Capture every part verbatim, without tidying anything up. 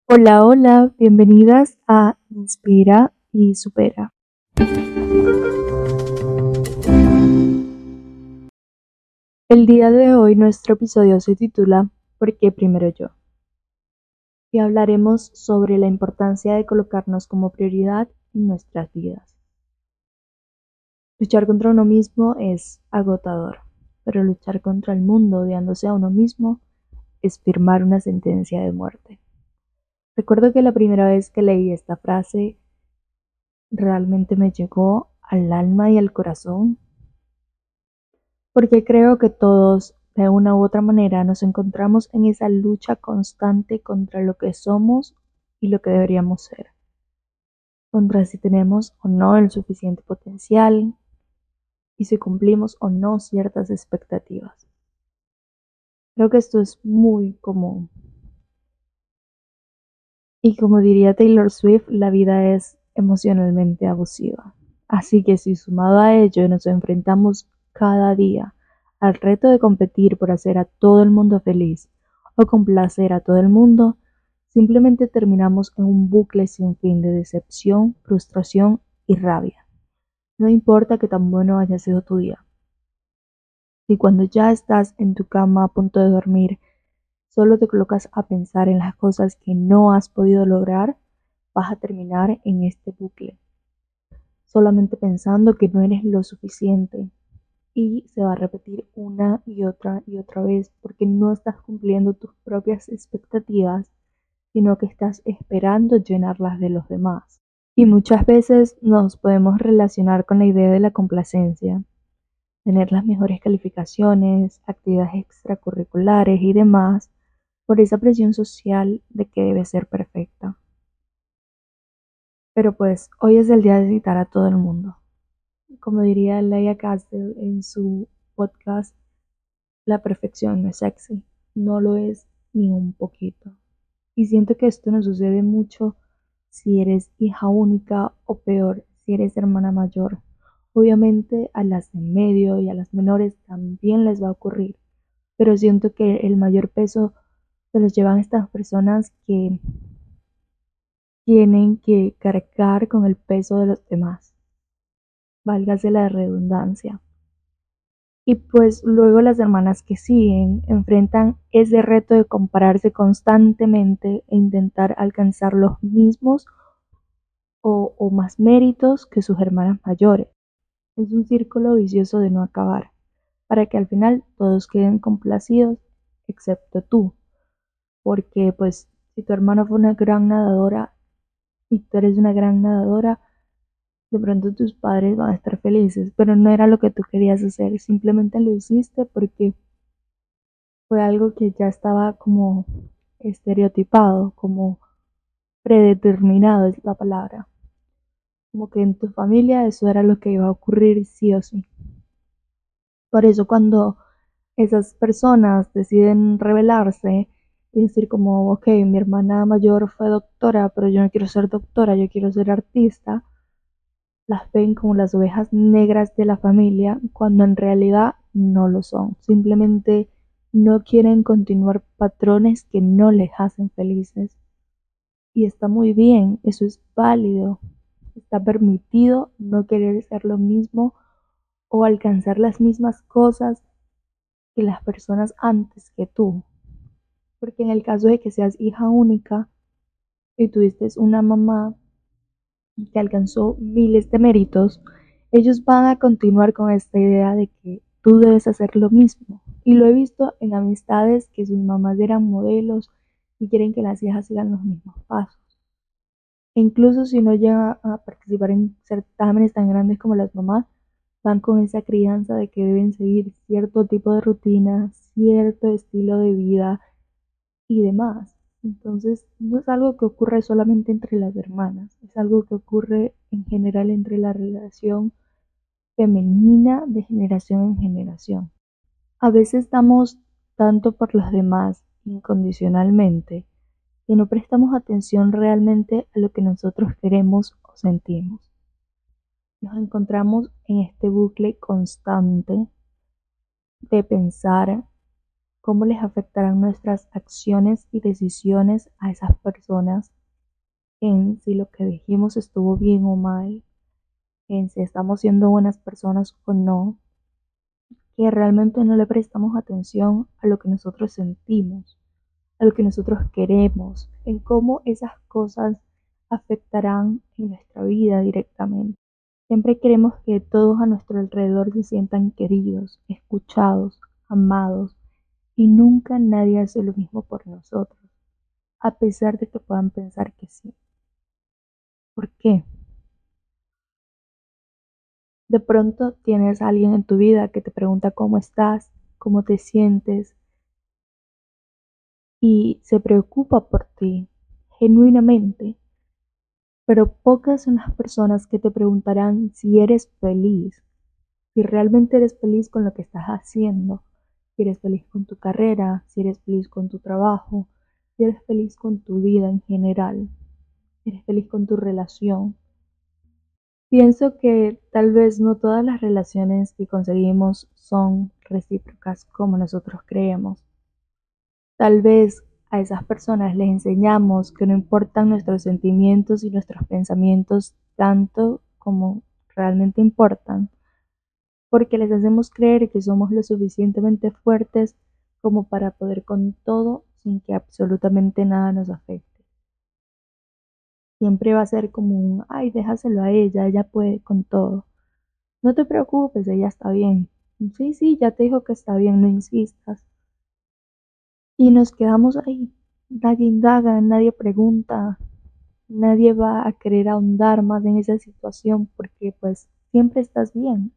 Hola, hola, bienvenidas a Inspira y Supera. El día de hoy nuestro episodio se titula ¿Por qué primero yo? Y hablaremos sobre la importancia de colocarnos como prioridad en nuestras vidas. Luchar contra uno mismo es agotador, pero luchar contra el mundo odiándose a uno mismo es firmar una sentencia de muerte. Recuerdo que la primera vez que leí esta frase realmente me llegó al alma y al corazón, porque creo que todos, de una u otra manera, nos encontramos en esa lucha constante contra lo que somos y lo que deberíamos ser, contra si tenemos o no el suficiente potencial y si cumplimos o no ciertas expectativas. Creo que esto es muy común. Y como diría Taylor Swift, la vida es emocionalmente abusiva. Así que si sumado a ello nos enfrentamos cada día al reto de competir por hacer a todo el mundo feliz o complacer a todo el mundo, simplemente terminamos en un bucle sin fin de decepción, frustración y rabia. No importa que tan bueno haya sido tu día. Si cuando ya estás en tu cama a punto de dormir, solo te colocas a pensar en las cosas que no has podido lograr, vas a terminar en este bucle, solamente pensando que no eres lo suficiente, y se va a repetir una y otra y otra vez porque no estás cumpliendo tus propias expectativas, sino que estás esperando llenarlas de los demás. Y muchas veces nos podemos relacionar con la idea de la complacencia, tener las mejores calificaciones, actividades extracurriculares y demás, por esa presión social de que debe ser perfecta. Pero pues hoy es el día de citar a todo el mundo. Como diría Leia Castle en su podcast, la perfección no es sexy, no lo es ni un poquito. Y siento que esto nos sucede mucho si eres hija única o peor, si eres hermana mayor. Obviamente a las en medio y a las menores también les va a ocurrir, pero siento que el mayor peso se los llevan estas personas que tienen que cargar con el peso de los demás, válgase la redundancia. Y pues luego las hermanas que siguen enfrentan ese reto de compararse constantemente e intentar alcanzar los mismos o, o más méritos que sus hermanas mayores. Es un círculo vicioso de no acabar, para que al final todos queden complacidos, excepto tú, porque pues si tu hermana fue una gran nadadora y tú eres una gran nadadora, de pronto tus padres van a estar felices, pero no era lo que tú querías hacer, simplemente lo hiciste porque fue algo que ya estaba como estereotipado, como predeterminado es la palabra, como que en tu familia eso era lo que iba a ocurrir sí o sí. Por eso cuando esas personas deciden rebelarse y decir como, ok, mi hermana mayor fue doctora, pero yo no quiero ser doctora, yo quiero ser artista, las ven como las ovejas negras de la familia, cuando en realidad no lo son. Simplemente no quieren continuar patrones que no les hacen felices. Y está muy bien, eso es válido. Está permitido no querer ser lo mismo o alcanzar las mismas cosas que las personas antes que tú. Porque en el caso de que seas hija única y tuviste una mamá que alcanzó miles de méritos, ellos van a continuar con esta idea de que tú debes hacer lo mismo. Y lo he visto en amistades que sus mamás eran modelos y quieren que las hijas sigan los mismos pasos. E incluso si no llegan a participar en certámenes tan grandes como las mamás, van con esa crianza de que deben seguir cierto tipo de rutina, cierto estilo de vida y demás. Entonces, no es algo que ocurre solamente entre las hermanas, es algo que ocurre en general entre la relación femenina de generación en generación. A veces damos tanto por los demás incondicionalmente que no prestamos atención realmente a lo que nosotros queremos o sentimos. Nos encontramos en este bucle constante de pensar cómo les afectarán nuestras acciones y decisiones a esas personas, en si lo que dijimos estuvo bien o mal, en si estamos siendo buenas personas o no, que realmente no le prestamos atención a lo que nosotros sentimos, a lo que nosotros queremos, en cómo esas cosas afectarán en nuestra vida directamente. Siempre queremos que todos a nuestro alrededor se sientan queridos, escuchados, amados, y nunca nadie hace lo mismo por nosotros, a pesar de que puedan pensar que sí. ¿Por qué? De pronto tienes a alguien en tu vida que te pregunta cómo estás, cómo te sientes y se preocupa por ti, genuinamente, pero pocas son las personas que te preguntarán si eres feliz, si realmente eres feliz con lo que estás haciendo, si eres feliz con tu carrera, si eres feliz con tu trabajo, si eres feliz con tu vida en general, si eres feliz con tu relación. Pienso que tal vez no todas las relaciones que conseguimos son recíprocas como nosotros creemos. Tal vez a esas personas les enseñamos que no importan nuestros sentimientos y nuestros pensamientos tanto como realmente importan, porque les hacemos creer que somos lo suficientemente fuertes como para poder con todo sin que absolutamente nada nos afecte. Siempre va a ser como un, ay, déjaselo a ella, ella puede con todo. No te preocupes, ella está bien. Sí, sí, ya te dijo que está bien, no insistas. Y nos quedamos ahí. Nadie indaga, nadie pregunta, nadie va a querer ahondar más en esa situación porque pues siempre estás bien.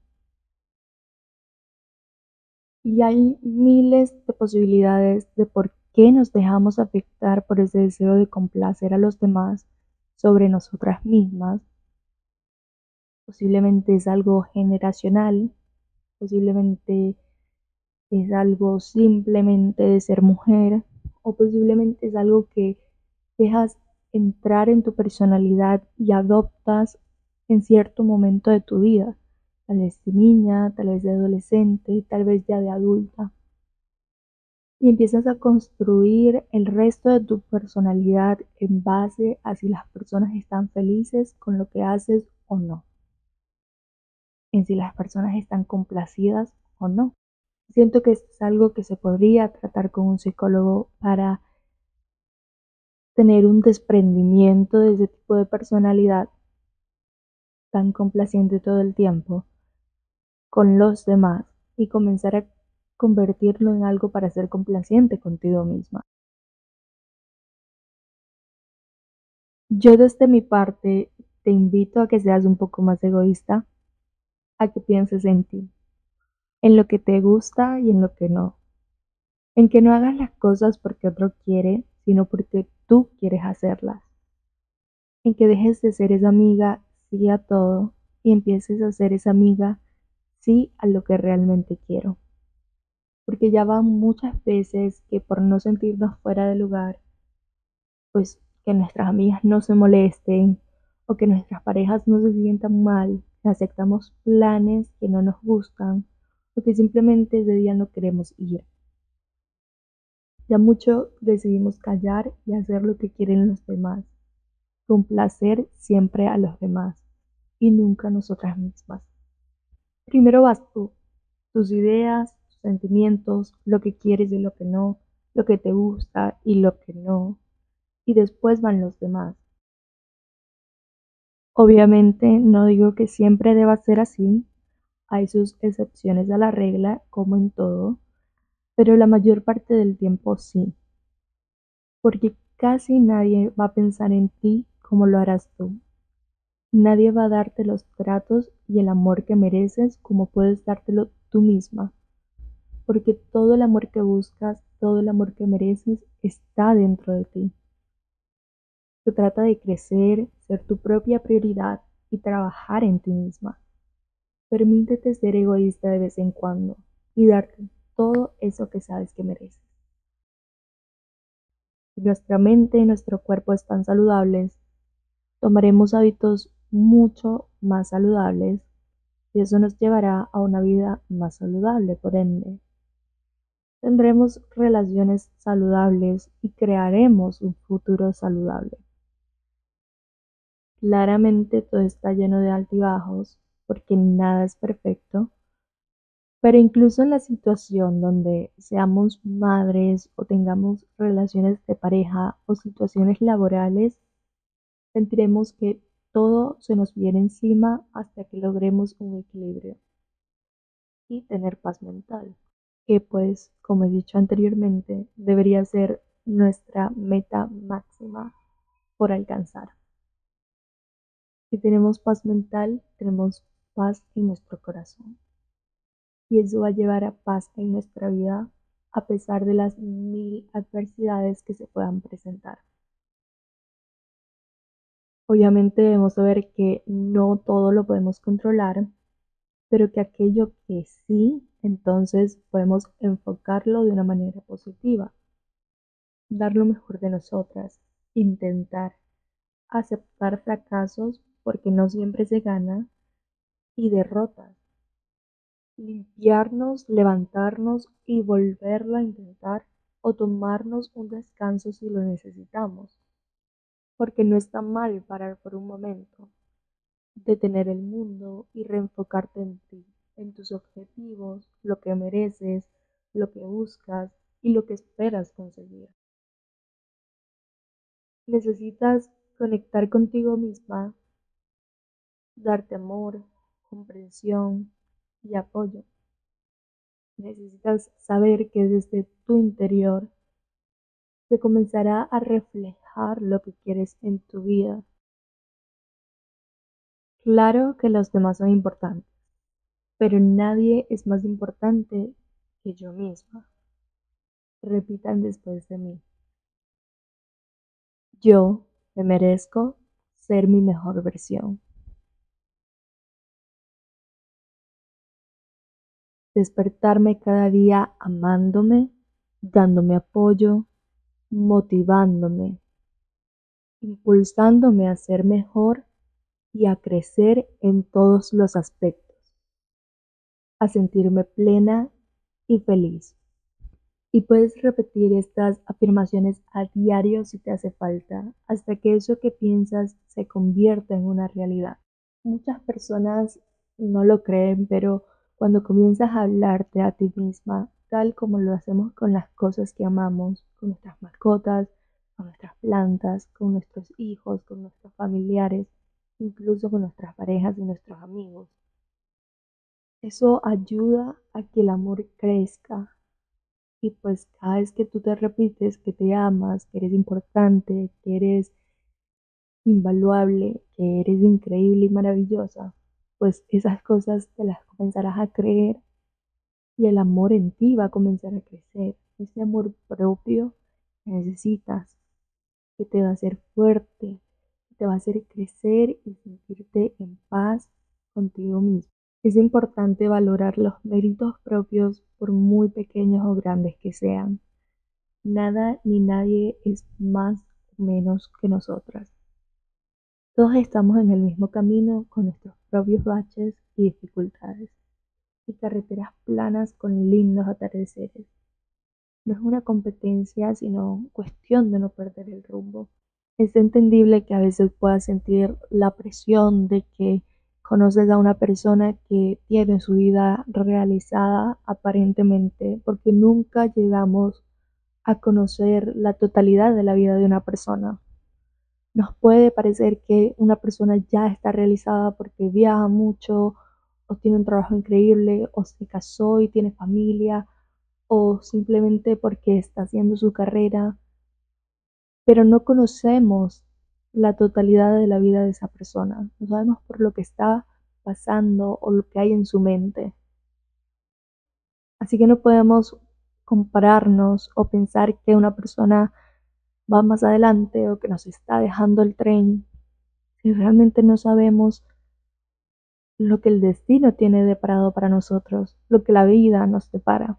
Y hay miles de posibilidades de por qué nos dejamos afectar por ese deseo de complacer a los demás sobre nosotras mismas. Posiblemente es algo generacional, posiblemente es algo simplemente de ser mujer, o posiblemente es algo que dejas entrar en tu personalidad y adoptas en cierto momento de tu vida, tal vez de niña, tal vez de adolescente, tal vez ya de adulta, y empiezas a construir el resto de tu personalidad en base a si las personas están felices con lo que haces o no, en si las personas están complacidas o no. Siento que esto es algo que se podría tratar con un psicólogo para tener un desprendimiento de ese tipo de personalidad tan complaciente todo el tiempo con los demás y comenzar a convertirlo en algo para ser complaciente contigo misma. Yo desde mi parte te invito a que seas un poco más egoísta, a que pienses en ti, en lo que te gusta y en lo que no, en que no hagas las cosas porque otro quiere, sino porque tú quieres hacerlas, en que dejes de ser esa amiga sí a todo y empieces a ser esa amiga sí a lo que realmente quiero. Porque ya van muchas veces que por no sentirnos fuera de lugar, pues que nuestras amigas no se molesten o que nuestras parejas no se sientan mal, que aceptamos planes que no nos gustan o que simplemente ese día no queremos ir. Ya mucho decidimos callar y hacer lo que quieren los demás, complacer siempre a los demás y nunca nosotras mismas. Primero vas tú, tus ideas, tus sentimientos, lo que quieres y lo que no, lo que te gusta y lo que no, y después van los demás. Obviamente no digo que siempre deba ser así, hay sus excepciones a la regla, como en todo, pero la mayor parte del tiempo sí, porque casi nadie va a pensar en ti como lo harás tú. Nadie va a darte los tratos y el amor que mereces como puedes dártelo tú misma, porque todo el amor que buscas, todo el amor que mereces está dentro de ti. Se trata de crecer, ser tu propia prioridad y trabajar en ti misma. Permítete ser egoísta de vez en cuando y darte todo eso que sabes que mereces. Si nuestra mente y nuestro cuerpo están saludables, tomaremos hábitos mucho más saludables y eso nos llevará a una vida más saludable, por ende. tendremos relaciones saludables y crearemos un futuro saludable. Claramente todo está lleno de altibajos, porque nada es perfecto, pero incluso en la situación donde seamos madres o tengamos relaciones de pareja o situaciones laborales, sentiremos que todo se nos viene encima hasta que logremos un equilibrio y tener paz mental, que pues, como he dicho anteriormente, debería ser nuestra meta máxima por alcanzar. Si tenemos paz mental, tenemos paz en nuestro corazón. Y eso va a llevar a paz en nuestra vida a pesar de las mil adversidades que se puedan presentar. Obviamente debemos saber que no todo lo podemos controlar, pero que aquello que sí, entonces podemos enfocarlo de una manera positiva, dar lo mejor de nosotras, intentar aceptar fracasos porque no siempre se gana y derrotas, limpiarnos, levantarnos y volverlo a intentar o tomarnos un descanso si lo necesitamos, porque no está mal parar por un momento, detener el mundo y reenfocarte en ti, en tus objetivos, lo que mereces, lo que buscas y lo que esperas conseguir. Necesitas conectar contigo misma, darte amor, comprensión y apoyo. Necesitas saber que desde tu interior se comenzará a reflejar lo que quieres en tu vida. Claro que los demás son importantes, pero nadie es más importante que yo misma. Repitan después de mí. Yo me merezco ser mi mejor versión. Despertarme cada día amándome, dándome apoyo, motivándome, impulsándome a ser mejor y a crecer en todos los aspectos, a sentirme plena y feliz. Y puedes repetir estas afirmaciones a diario si te hace falta, hasta que eso que piensas se convierta en una realidad. Muchas personas no lo creen, pero cuando comienzas a hablarte a ti misma, tal como lo hacemos con las cosas que amamos, con nuestras mascotas, con nuestras plantas, con nuestros hijos, con nuestros familiares, incluso con nuestras parejas y nuestros amigos, eso ayuda a que el amor crezca. Y pues cada vez que tú te repites que te amas, que eres importante, que eres invaluable, que eres increíble y maravillosa, pues esas cosas te las comenzarás a creer y el amor en ti va a comenzar a crecer. Ese amor propio que necesitas, que te va a hacer fuerte, que te va a hacer crecer y sentirte en paz contigo mismo. Es importante valorar los méritos propios por muy pequeños o grandes que sean. Nada ni nadie es más o menos que nosotras. Todos estamos en el mismo camino con nuestros propios baches y dificultades y carreteras planas con lindos atardeceres. No es una competencia, sino cuestión de no perder el rumbo. Es entendible que a veces puedas sentir la presión de que conoces a una persona que tiene su vida realizada aparentemente, porque nunca llegamos a conocer la totalidad de la vida de una persona. Nos puede parecer que una persona ya está realizada porque viaja mucho, o tiene un trabajo increíble, o se casó y tiene familia, o simplemente porque está haciendo su carrera, pero no conocemos la totalidad de la vida de esa persona. No sabemos por lo que está pasando o lo que hay en su mente. Así que no podemos compararnos o pensar que una persona va más adelante o que nos está dejando el tren si realmente no sabemos lo que el destino tiene deparado para nosotros, lo que la vida nos depara,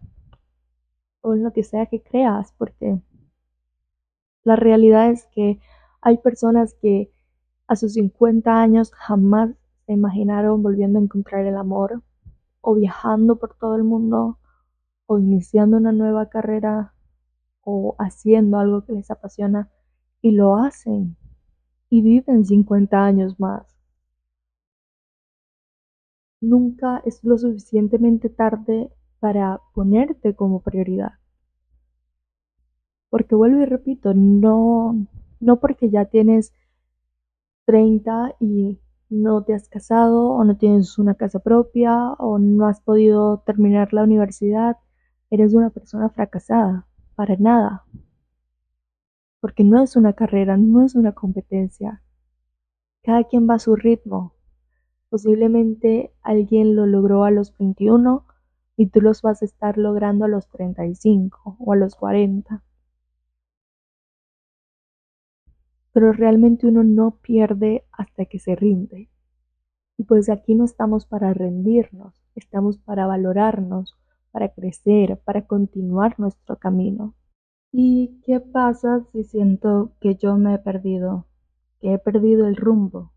o en lo que sea que creas, porque la realidad es que hay personas que a sus cincuenta años jamás se imaginaron volviendo a encontrar el amor, o viajando por todo el mundo, o iniciando una nueva carrera o haciendo algo que les apasiona y lo hacen y viven cincuenta años más. Nunca es lo suficientemente tarde para ponerte como prioridad. Porque vuelvo y repito, no, no porque ya tienes treinta y no te has casado o no tienes una casa propia o no has podido terminar la universidad, eres una persona fracasada, para nada. Porque no es una carrera, no es una competencia. Cada quien va a su ritmo. Posiblemente alguien lo logró a los veintiuno y tú los vas a estar logrando a los treinta y cinco o a los cuarenta. Pero realmente uno no pierde hasta que se rinde. Y pues aquí no estamos para rendirnos, estamos para valorarnos, para crecer, para continuar nuestro camino. ¿Y qué pasa si siento que yo me he perdido, que he perdido el rumbo?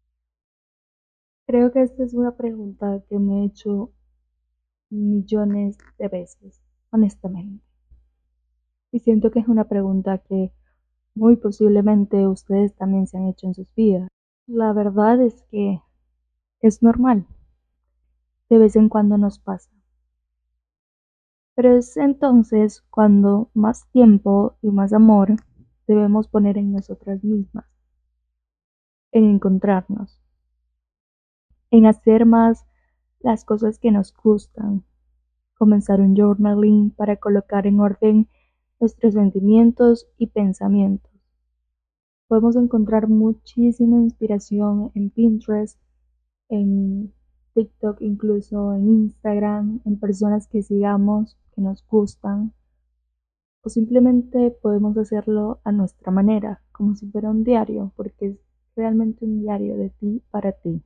Creo que esta es una pregunta que me he hecho millones de veces, honestamente. Y siento que es una pregunta que muy posiblemente ustedes también se han hecho en sus vidas. La verdad es que es normal, de vez en cuando nos pasa. Pero es entonces cuando más tiempo y más amor debemos poner en nosotras mismas, en encontrarnos, en hacer más las cosas que nos gustan, comenzar un journaling para colocar en orden nuestros sentimientos y pensamientos. Podemos encontrar muchísima inspiración en Pinterest, en TikTok, incluso en Instagram, en personas que sigamos, que nos gustan, o simplemente podemos hacerlo a nuestra manera, como si fuera un diario, porque es realmente un diario de ti para ti,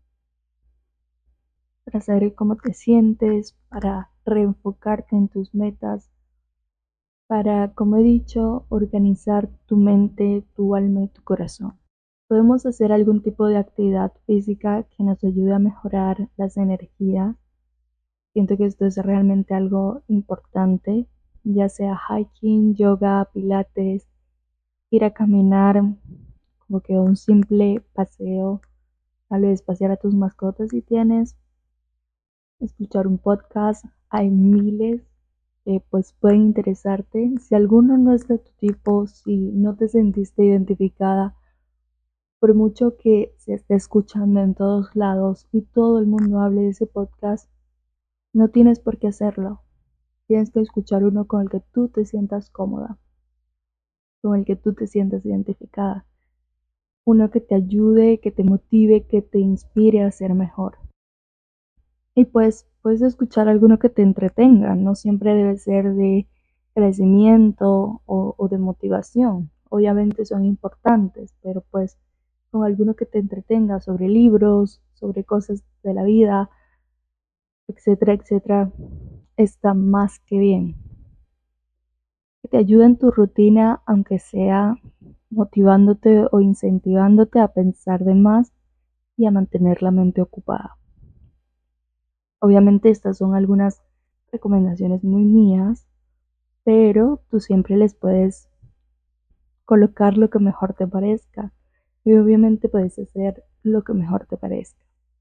para saber cómo te sientes, para reenfocarte en tus metas, para, como he dicho, organizar tu mente, tu alma y tu corazón. Podemos hacer algún tipo de actividad física que nos ayude a mejorar las energías. Siento que esto es realmente algo importante, ya sea hiking, yoga, pilates, ir a caminar, como que un simple paseo, tal vez pasear a tus mascotas si tienes, escuchar un podcast, hay miles que pues pueden interesarte. Si alguno no es de tu tipo, si no te sentiste identificada, por mucho que se esté escuchando en todos lados y todo el mundo hable de ese podcast, no tienes por qué hacerlo. Tienes que escuchar uno con el que tú te sientas cómoda, con el que tú te sientas identificada. Uno que te ayude, que te motive, que te inspire a ser mejor. Y pues puedes escuchar alguno que te entretenga, no siempre debe ser de crecimiento o, o de motivación. Obviamente son importantes, pero pues con alguno que te entretenga sobre libros, sobre cosas de la vida, etcétera, etcétera, está más que bien. Que te ayude en tu rutina, aunque sea motivándote o incentivándote a pensar de más y a mantener la mente ocupada. Obviamente estas son algunas recomendaciones muy mías, pero tú siempre les puedes colocar lo que mejor te parezca y obviamente puedes hacer lo que mejor te parezca.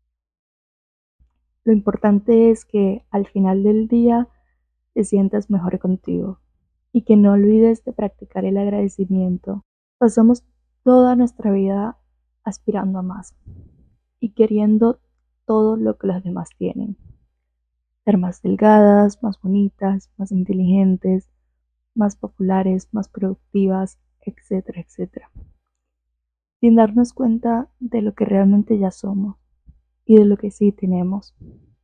Lo importante es que al final del día te sientas mejor contigo y que no olvides de practicar el agradecimiento. Pasamos toda nuestra vida aspirando a más y queriendo todo lo que los demás tienen. Ser más delgadas, más bonitas, más inteligentes, más populares, más productivas, etcétera, etcétera. Sin darnos cuenta de lo que realmente ya somos y de lo que sí tenemos.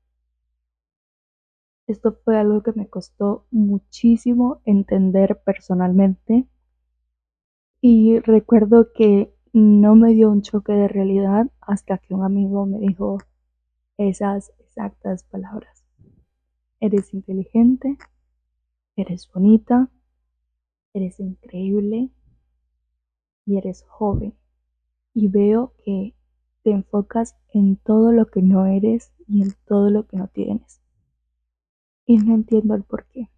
Esto fue algo que me costó muchísimo entender personalmente y recuerdo que no me dio un choque de realidad hasta que un amigo me dijo esas exactas palabras. Eres inteligente, eres bonita, eres increíble y eres joven. Y veo que te enfocas en todo lo que no eres y en todo lo que no tienes. y no entiendo el por qué.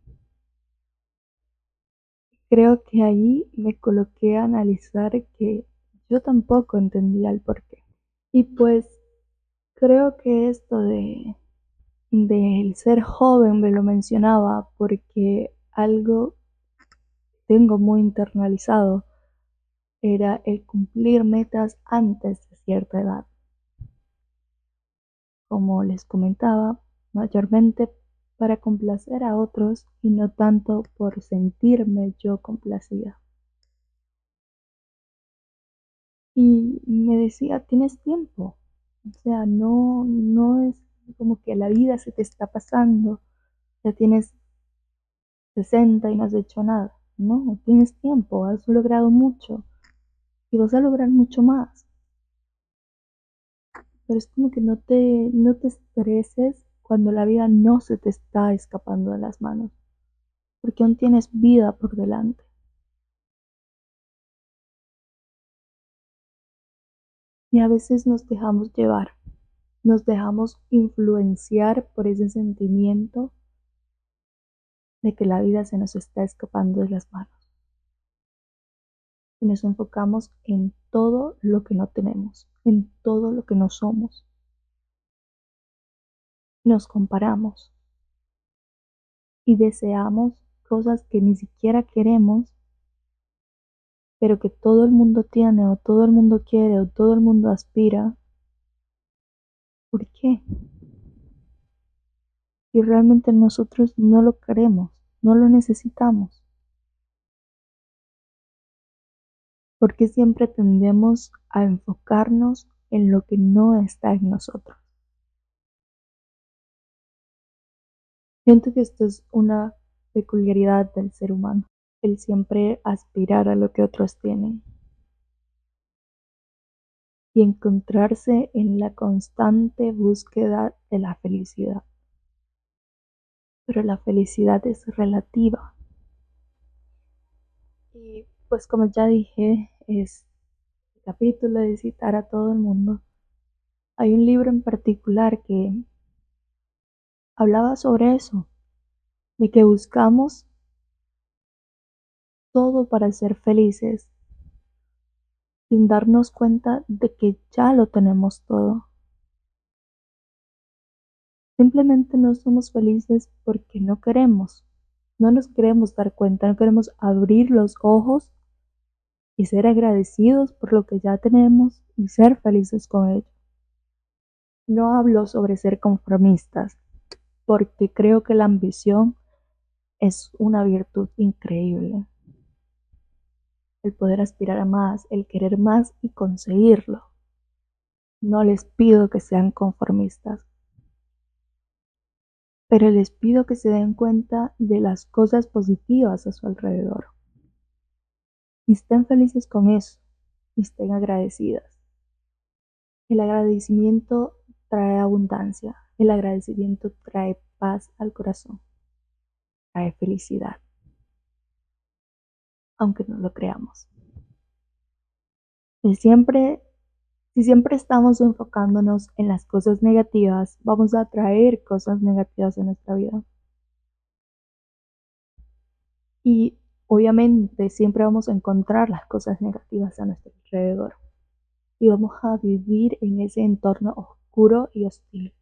Creo que ahí me coloqué a analizar que yo tampoco entendía el por qué. Y pues creo que esto de del ser joven me lo mencionaba porque algo tengo muy internalizado era el cumplir metas antes de cierta edad. Como les comentaba, mayormente para complacer a otros y no tanto por sentirme yo complacida. Y me decía, tienes tiempo, o sea, no, no es como que la vida se te está pasando, ya tienes sesenta y no has hecho nada. No, tienes tiempo, has logrado mucho y vas a lograr mucho más. Pero es como que no te, no te estreses cuando la vida no se te está escapando de las manos, porque aún tienes vida por delante. Y a veces nos dejamos llevar, nos dejamos influenciar por ese sentimiento de que la vida se nos está escapando de las manos. Y nos enfocamos en todo lo que no tenemos, en todo lo que no somos. Nos comparamos y deseamos cosas que ni siquiera queremos, pero que todo el mundo tiene o todo el mundo quiere o todo el mundo aspira. ¿Por qué? Y realmente nosotros no lo queremos, no lo necesitamos. Porque siempre tendemos a enfocarnos en lo que no está en nosotros. Siento que esto es una peculiaridad del ser humano, el siempre aspirar a lo que otros tienen y encontrarse en la constante búsqueda de la felicidad. Pero la felicidad es relativa. Y pues como ya dije, es el capítulo de citar a todo el mundo. Hay un libro en particular que hablaba sobre eso, de que buscamos todo para ser felices, sin darnos cuenta de que ya lo tenemos todo. Simplemente no somos felices porque no queremos, no nos queremos dar cuenta, no queremos abrir los ojos y ser agradecidos por lo que ya tenemos y ser felices con ello. No hablo sobre ser conformistas, porque creo que la ambición es una virtud increíble. El poder aspirar a más, el querer más y conseguirlo. No les pido que sean conformistas, pero les pido que se den cuenta de las cosas positivas a su alrededor. Y estén felices con eso, y estén agradecidas. El agradecimiento trae abundancia, el agradecimiento trae paz al corazón, trae felicidad, aunque no lo creamos. Y siempre, si siempre estamos enfocándonos en las cosas negativas, vamos a atraer cosas negativas en nuestra vida. Y obviamente siempre vamos a encontrar las cosas negativas a nuestro alrededor. Y vamos a vivir en ese entorno oscuro y hostil.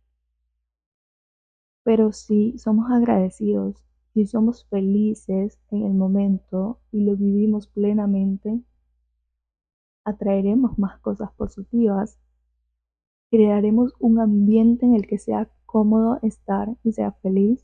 Pero si somos agradecidos, si somos felices en el momento y lo vivimos plenamente, atraeremos más cosas positivas, crearemos un ambiente en el que sea cómodo estar y sea feliz,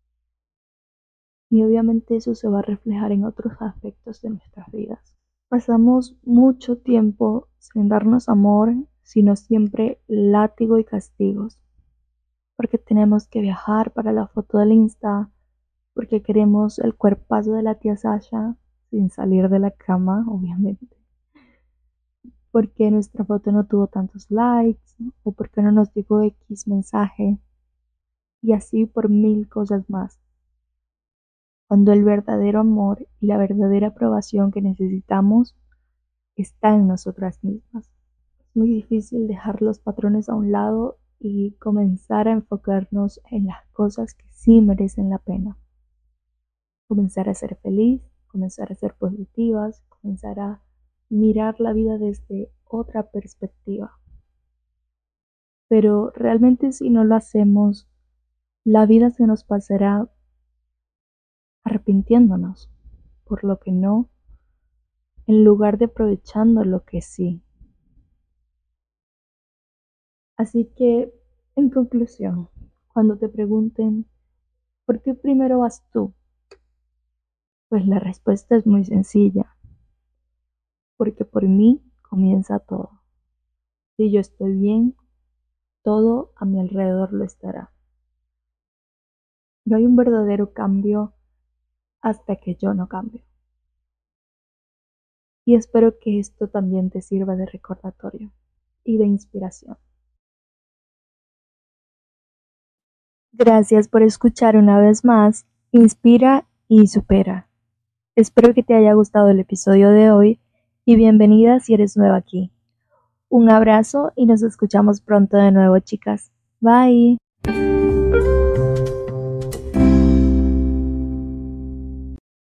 y obviamente eso se va a reflejar en otros aspectos de nuestras vidas. Pasamos mucho tiempo sin darnos amor, sino siempre látigo y castigos, porque tenemos que viajar para la foto del Insta, porque queremos el cuerpazo de la tía Sasha sin salir de la cama, obviamente, porque nuestra foto no tuvo tantos likes, o porque no nos llegó X mensaje, y así por mil cosas más. Cuando el verdadero amor y la verdadera aprobación que necesitamos está en nosotras mismas. Es muy difícil dejar los patrones a un lado y comenzar a enfocarnos en las cosas que sí merecen la pena. Comenzar a ser feliz, comenzar a ser positivas, comenzar a mirar la vida desde otra perspectiva. Pero realmente si no lo hacemos, la vida se nos pasará arrepintiéndonos por lo que no, en lugar de aprovechando lo que sí. Así que, en conclusión, cuando te pregunten, ¿por qué primero vas tú? Pues la respuesta es muy sencilla, porque por mí comienza todo. Si yo estoy bien, todo a mi alrededor lo estará. No hay un verdadero cambio hasta que yo no cambio. Y espero que esto también te sirva de recordatorio y de inspiración. Gracias por escuchar una vez más, Inspira y Supera. Espero que te haya gustado el episodio de hoy y bienvenida si eres nueva aquí. Un abrazo y nos escuchamos pronto de nuevo, chicas. Bye.